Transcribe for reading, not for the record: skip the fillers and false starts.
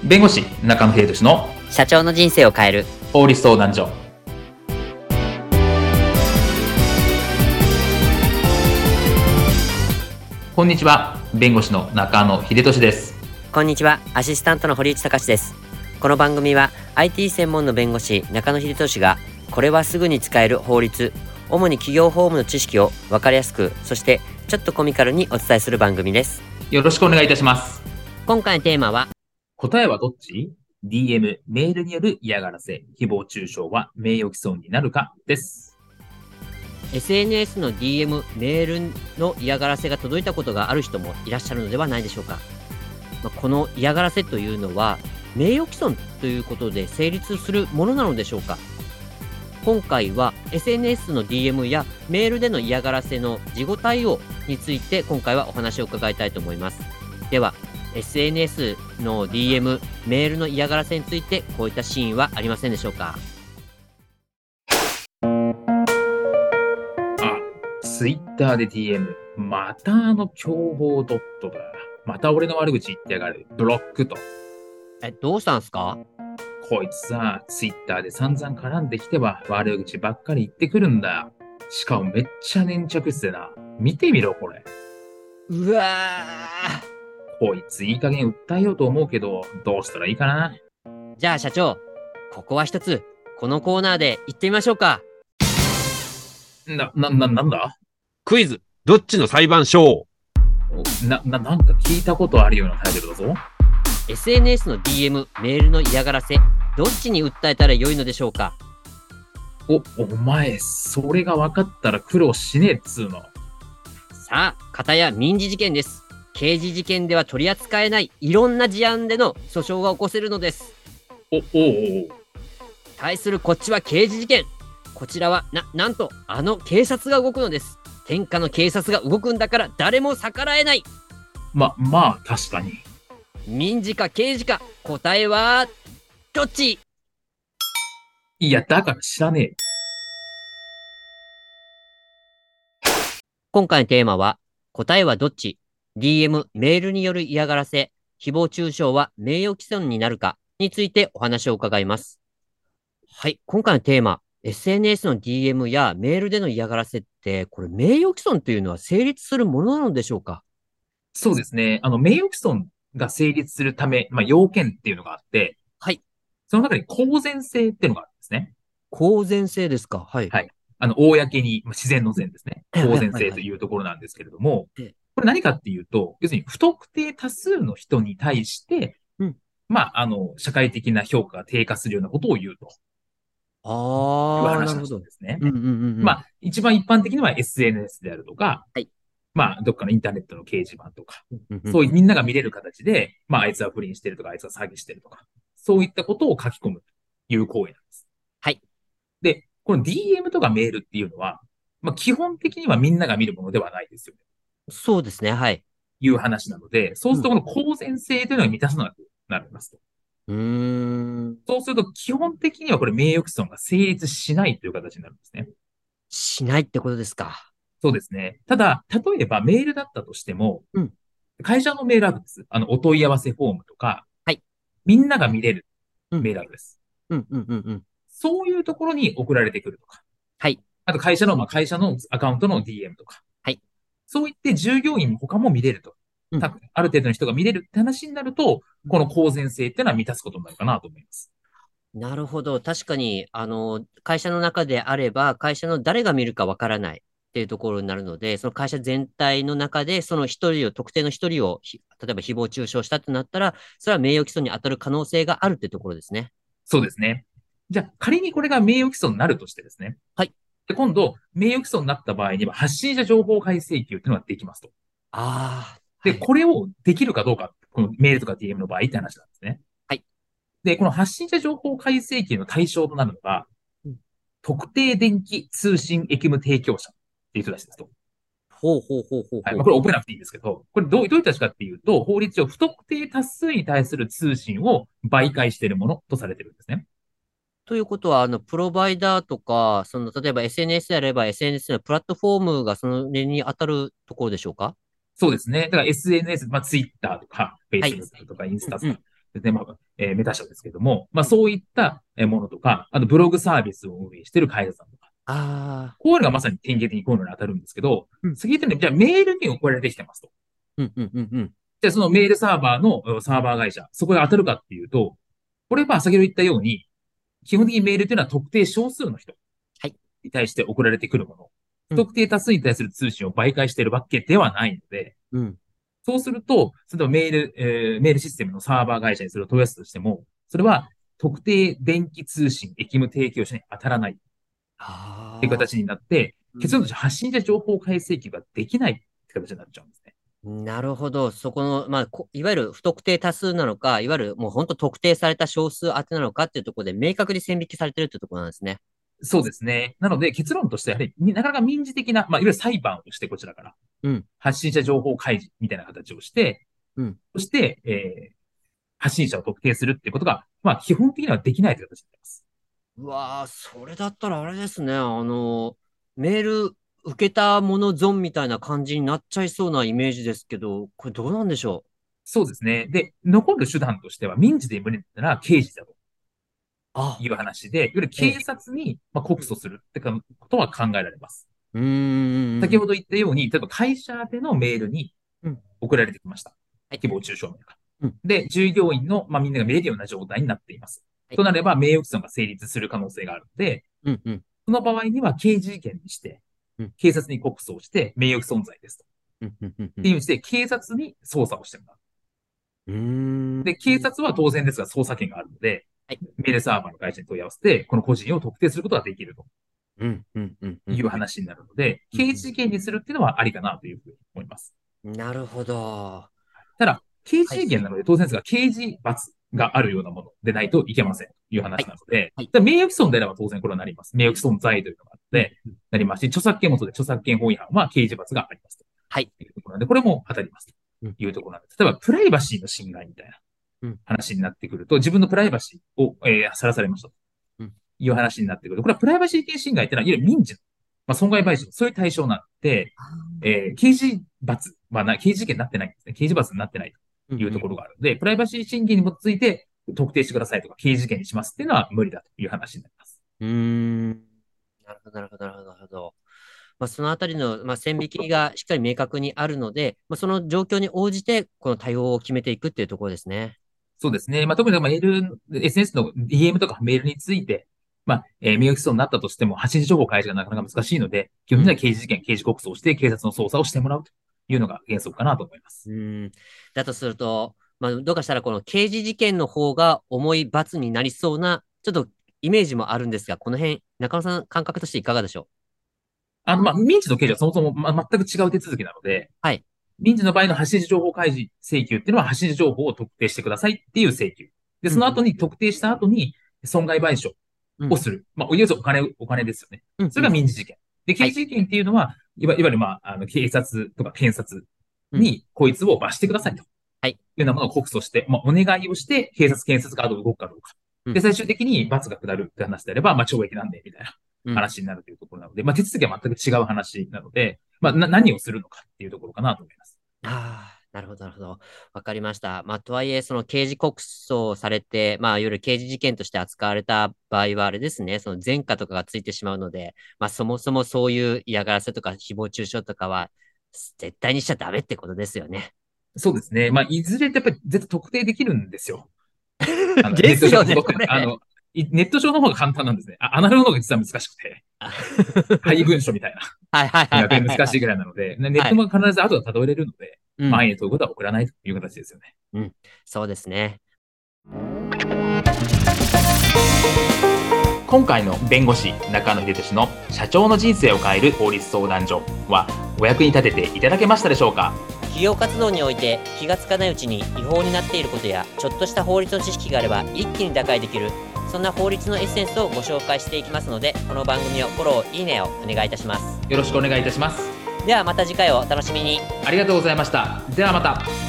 弁護士中野秀俊の社長の人生を変える法律相談所。こんにちは、弁護士の中野秀俊です。 こんにちは、アシスタントの堀内隆です。この番組は IT 専門の弁護士中野秀俊がこれはすぐに使える法律、主に企業法務の知識を分かりやすく、そしてちょっとコミカルにお伝えする番組です。 よろしくお願いいたします。 今回のテーマは、 答えはどっち？ DM、メールによる嫌がらせ、誹謗中傷は名誉毀損になるかです。 SNS の DM、メールの嫌がらせが届いたことがある人もいらっしゃるのではないでしょうか。この嫌がらせというのは名誉毀損ということで成立するものなのでしょうか。今回は SNS の DM やメールでの嫌がらせの事後対応について今回はお話を伺いたいと思います。では SNS の DM、メールの嫌がらせについてこういったシーンはありませんでしょうか。 Twitter で DM、また凶暴ドットだ。また俺の悪口言ってやがる。ブロックと。 どうしたんすか？ こいつさ、Twitter で散々絡んできては悪口ばっかり言ってくるんだよ。しかもめっちゃ粘着してな。見てみろ、これ。 うわー。 こいついい加減訴えようと思うけど、どうしたらいいかな。 じゃあ社長、ここは一つ、このコーナーで行ってみましょうか。 なんだ？ クイズ、どっちの裁判所？ なんか聞いたことあるようなタイトルだぞ。 SNS の DM、メールの嫌がらせ、どっちに訴えたらよいのでしょうか。 お前、それが分かったら苦労しねえっつうの。 さあ、片や民事事件です。刑事事件では取り扱えないいろんな事案での訴訟が起こせるのです。対するこっちは刑事事件。こちらはなんと警察が動くのです。天下の警察が動くんだから誰も逆らえない。 まあ確かに。 民事か刑事か、答えはどっち？ いや、だから知らねえ。 今回のテーマは、答えはどっち？ DM、メールによる嫌がらせ、誹謗中傷は名誉毀損になるかについてお話を伺います。はい、今回のテーマ、SNS の DM やメールでの嫌がらせって、これ名誉毀損というのは成立するものなのでしょうか？ そうですね。名誉毀損が成立するため、要件っていうのがあって、 はい。 その中に公然性っていうのがあるんですね。 公然性ですか？はい。 はい。公に、自然の善ですね。公然性というところなんですけれども、これ何かっていうと、要するに不特定多数の人に対して、社会的な評価が低下するようなことを言うと。いう話なんですね。一番一般的には SNS であるとか、 はい、 どっかのインターネットの掲示板とか、そういうみんなが見れる形で、あいつは不倫してるとか、あいつは詐欺してるとか、そういったことを書き込むという行為なんです。 はい。 で、この DM とかメールっていうのは、基本的にはみんなが見るものではないですよね。 そうですね、はい。 いう話なので、そうするとこの公然性というのが満たさなくなりますと。そうすると基本的にはこれ名誉毀損が成立しないという形になるんですね。 しないってことですか。 そうですね。ただ、例えばメールだったとしても、会社のメールアドレス、お問い合わせフォームとか、 はい、 みんなが見れるメールアドレス。そういうところに送られてくるとか。 はい。 あと会社のアカウントの DM とか。 はい。 そう言って従業員他も見れると。ある程度の人が見れるって話になると、この公然性っていうのは満たすことになるかなと思います。 なるほど。確かに、会社の中であれば、会社の誰が見るかわからないっていうところになるので、その会社全体の中で、その特定の一人を、例えば誹謗中傷したってなったら、それは名誉毀損に当たる可能性があるってところですね。 そうですね。じゃあ、仮にこれが名誉毀損になるとしてですね。 はい。 で、今度、名誉毀損になった場合には、発信者情報開請求っていうのができますと。で、これをできるかどうか、このメールとか DM の場合って話なんですね。 はい。 で、この発信者情報開請求の対象となるのが、特定電気通信役務提供者っていう人たちですと。 これ覚えなくていいんですけど、これどういう人たちかっていうと、法律上不特定多数に対する通信を媒介しているものとされてるんですね。 ということは、プロバイダーとか、例えば SNS であれば SNS のプラットフォームがその例に当たるところでしょうか？ そうですね。だから SNS、Twitter とか Facebook とかインスタとか、 ですね。メタ社ですけども、そういったものとか、あとブログサービスを運営している会社さんとか、こういうのがまさに典型的にこういうのに当たるんですけど、次言ったように、じゃあメールに送られてきてますと。じゃあそのメールサーバーのサーバー会社、そこに当たるかっていうと、これ先ほど言ったように、基本的にメールというのは特定少数の人に対して送られてくるもの。不特定多数に対する通信を媒介しているわけではないので、そうすると、例えばメールシステムのサーバー会社にそれを問い合わせたとしても、それは特定電気通信役務提供者に当たらないっていう形になって、結論として発信者情報開請求ができないって形になっちゃうんですね。 なるほど。そこの、いわゆる不特定多数なのか、いわゆるもう本当特定された少数当てなのかっていうところで明確に線引きされてるってところなんですね。 そうですね。なので結論としてやはり、なかなか民事的な、いわゆる裁判をしてこちらから、発信者情報開示みたいな形をして、そして、発信者を特定するっていうことが、基本的にはできないという形になります。 うわー、それだったらあれですね。メール受けたもの損みたいな感じになっちゃいそうなイメージですけど、これどうなんでしょう？ そうですね。で、残る手段としては民事で無理だったら刑事だと。いう話で、いわゆる警察に告訴するってことは考えられます。先ほど言ったように、例えば会社でのメールに送られてきました。誹謗中傷メールが。で、従業員の、みんなが見れるような状態になっています。となれば、名誉毀損が成立する可能性があるので、その場合には刑事事件にして、警察に告訴をして、名誉毀損罪ですと。っていうにして、警察に捜査をしてもらう。で、警察は当然ですが捜査権があるので、メールサーバーの会社に問い合わせて、この個人を特定することができるという話になるので、刑事事件にするっていうのはありかなというふうに思います。 なるほど。 ただ、刑事事件なので当然ですが、刑事罰があるようなものでないといけませんという話なので、名誉毀損であれば当然これはなります。名誉毀損罪というのがあって、なりますし、著作権もそうで著作権法違反は刑事罰がありますと。いうところなので、これも当たりますというところなんです。例えば、プライバシーの侵害みたいな。話になってくると、自分のプライバシーをさらされましたという話になってくると、これはプライバシー系侵害っていうのは、いわゆる民事の、損害賠償、そういう対象になって、刑事罰、刑事事件になってないんですね。刑事罰になってないというところがあるので、プライバシー審議に基づいて特定してくださいとか、刑事事件にしますっていうのは無理だという話になります。 なるほど、なるほど、なるほど。そのあたりの、線引きがしっかり明確にあるので、その状況に応じて、この対応を決めていくっていうところですね。 そうですね。特にSNS の DM とかメールについて、名誉毀損になったとしても、発信情報開示がなかなか難しいので、基本的には刑事事件、刑事告訴をして、警察の捜査をしてもらうというのが原則かなと思います。 だとすると、どうかしたらこの刑事事件の方が重い罰になりそうな、ちょっとイメージもあるんですが、この辺、中野さん感覚としていかがでしょう？民事の刑事はそもそも、全く違う手続きなので、民事の場合の発信情報開示請求っていうのは発信情報を特定してくださいっていう請求。で、その後に特定した後に損害賠償をする。いわゆるお金ですよね。それが民事事件。で、刑事事件っていうのは、いわゆる警察とか検察にこいつを罰してくださいと。いうようなものを告訴して、お願いをして、警察、検察が動くかどうか。で、最終的に罰が下るって話であれば、懲役なんで、みたいな話になるというところなので、手続きは全く違う話なので、何をするのかっていうところかなと思います。 なるほど、なるほど。わかりました。とはいえ、その刑事告訴されて、いわゆる刑事事件として扱われた場合はあれですね、その前科とかがついてしまうので、そもそもそういう嫌がらせとか誹謗中傷とかは、絶対にしちゃダメってことですよね。 そうですね。いずれやっぱり絶対特定できるんですよ。 ですよね。 ネット上の方が簡単なんですね。アナログの方が実は難しくて。配文書みたいな。難しいぐらいなので、ネットも必ず後で辿れるので、安易に問うことは送らないという形ですよね。 そうですね。 今回の弁護士中野秀俊の社長の人生を変える法律相談所はお役に立てていただけましたでしょうか？ 企業活動において気がつかないうちに違法になっていることやちょっとした法律の知識があれば一気に打開できる、そんな法律のエッセンスをご紹介していきますので、この番組をフォロー、いいねをお願いいたします。 よろしくお願いいたします。 ではまた次回をお楽しみに。 ありがとうございました。ではまた。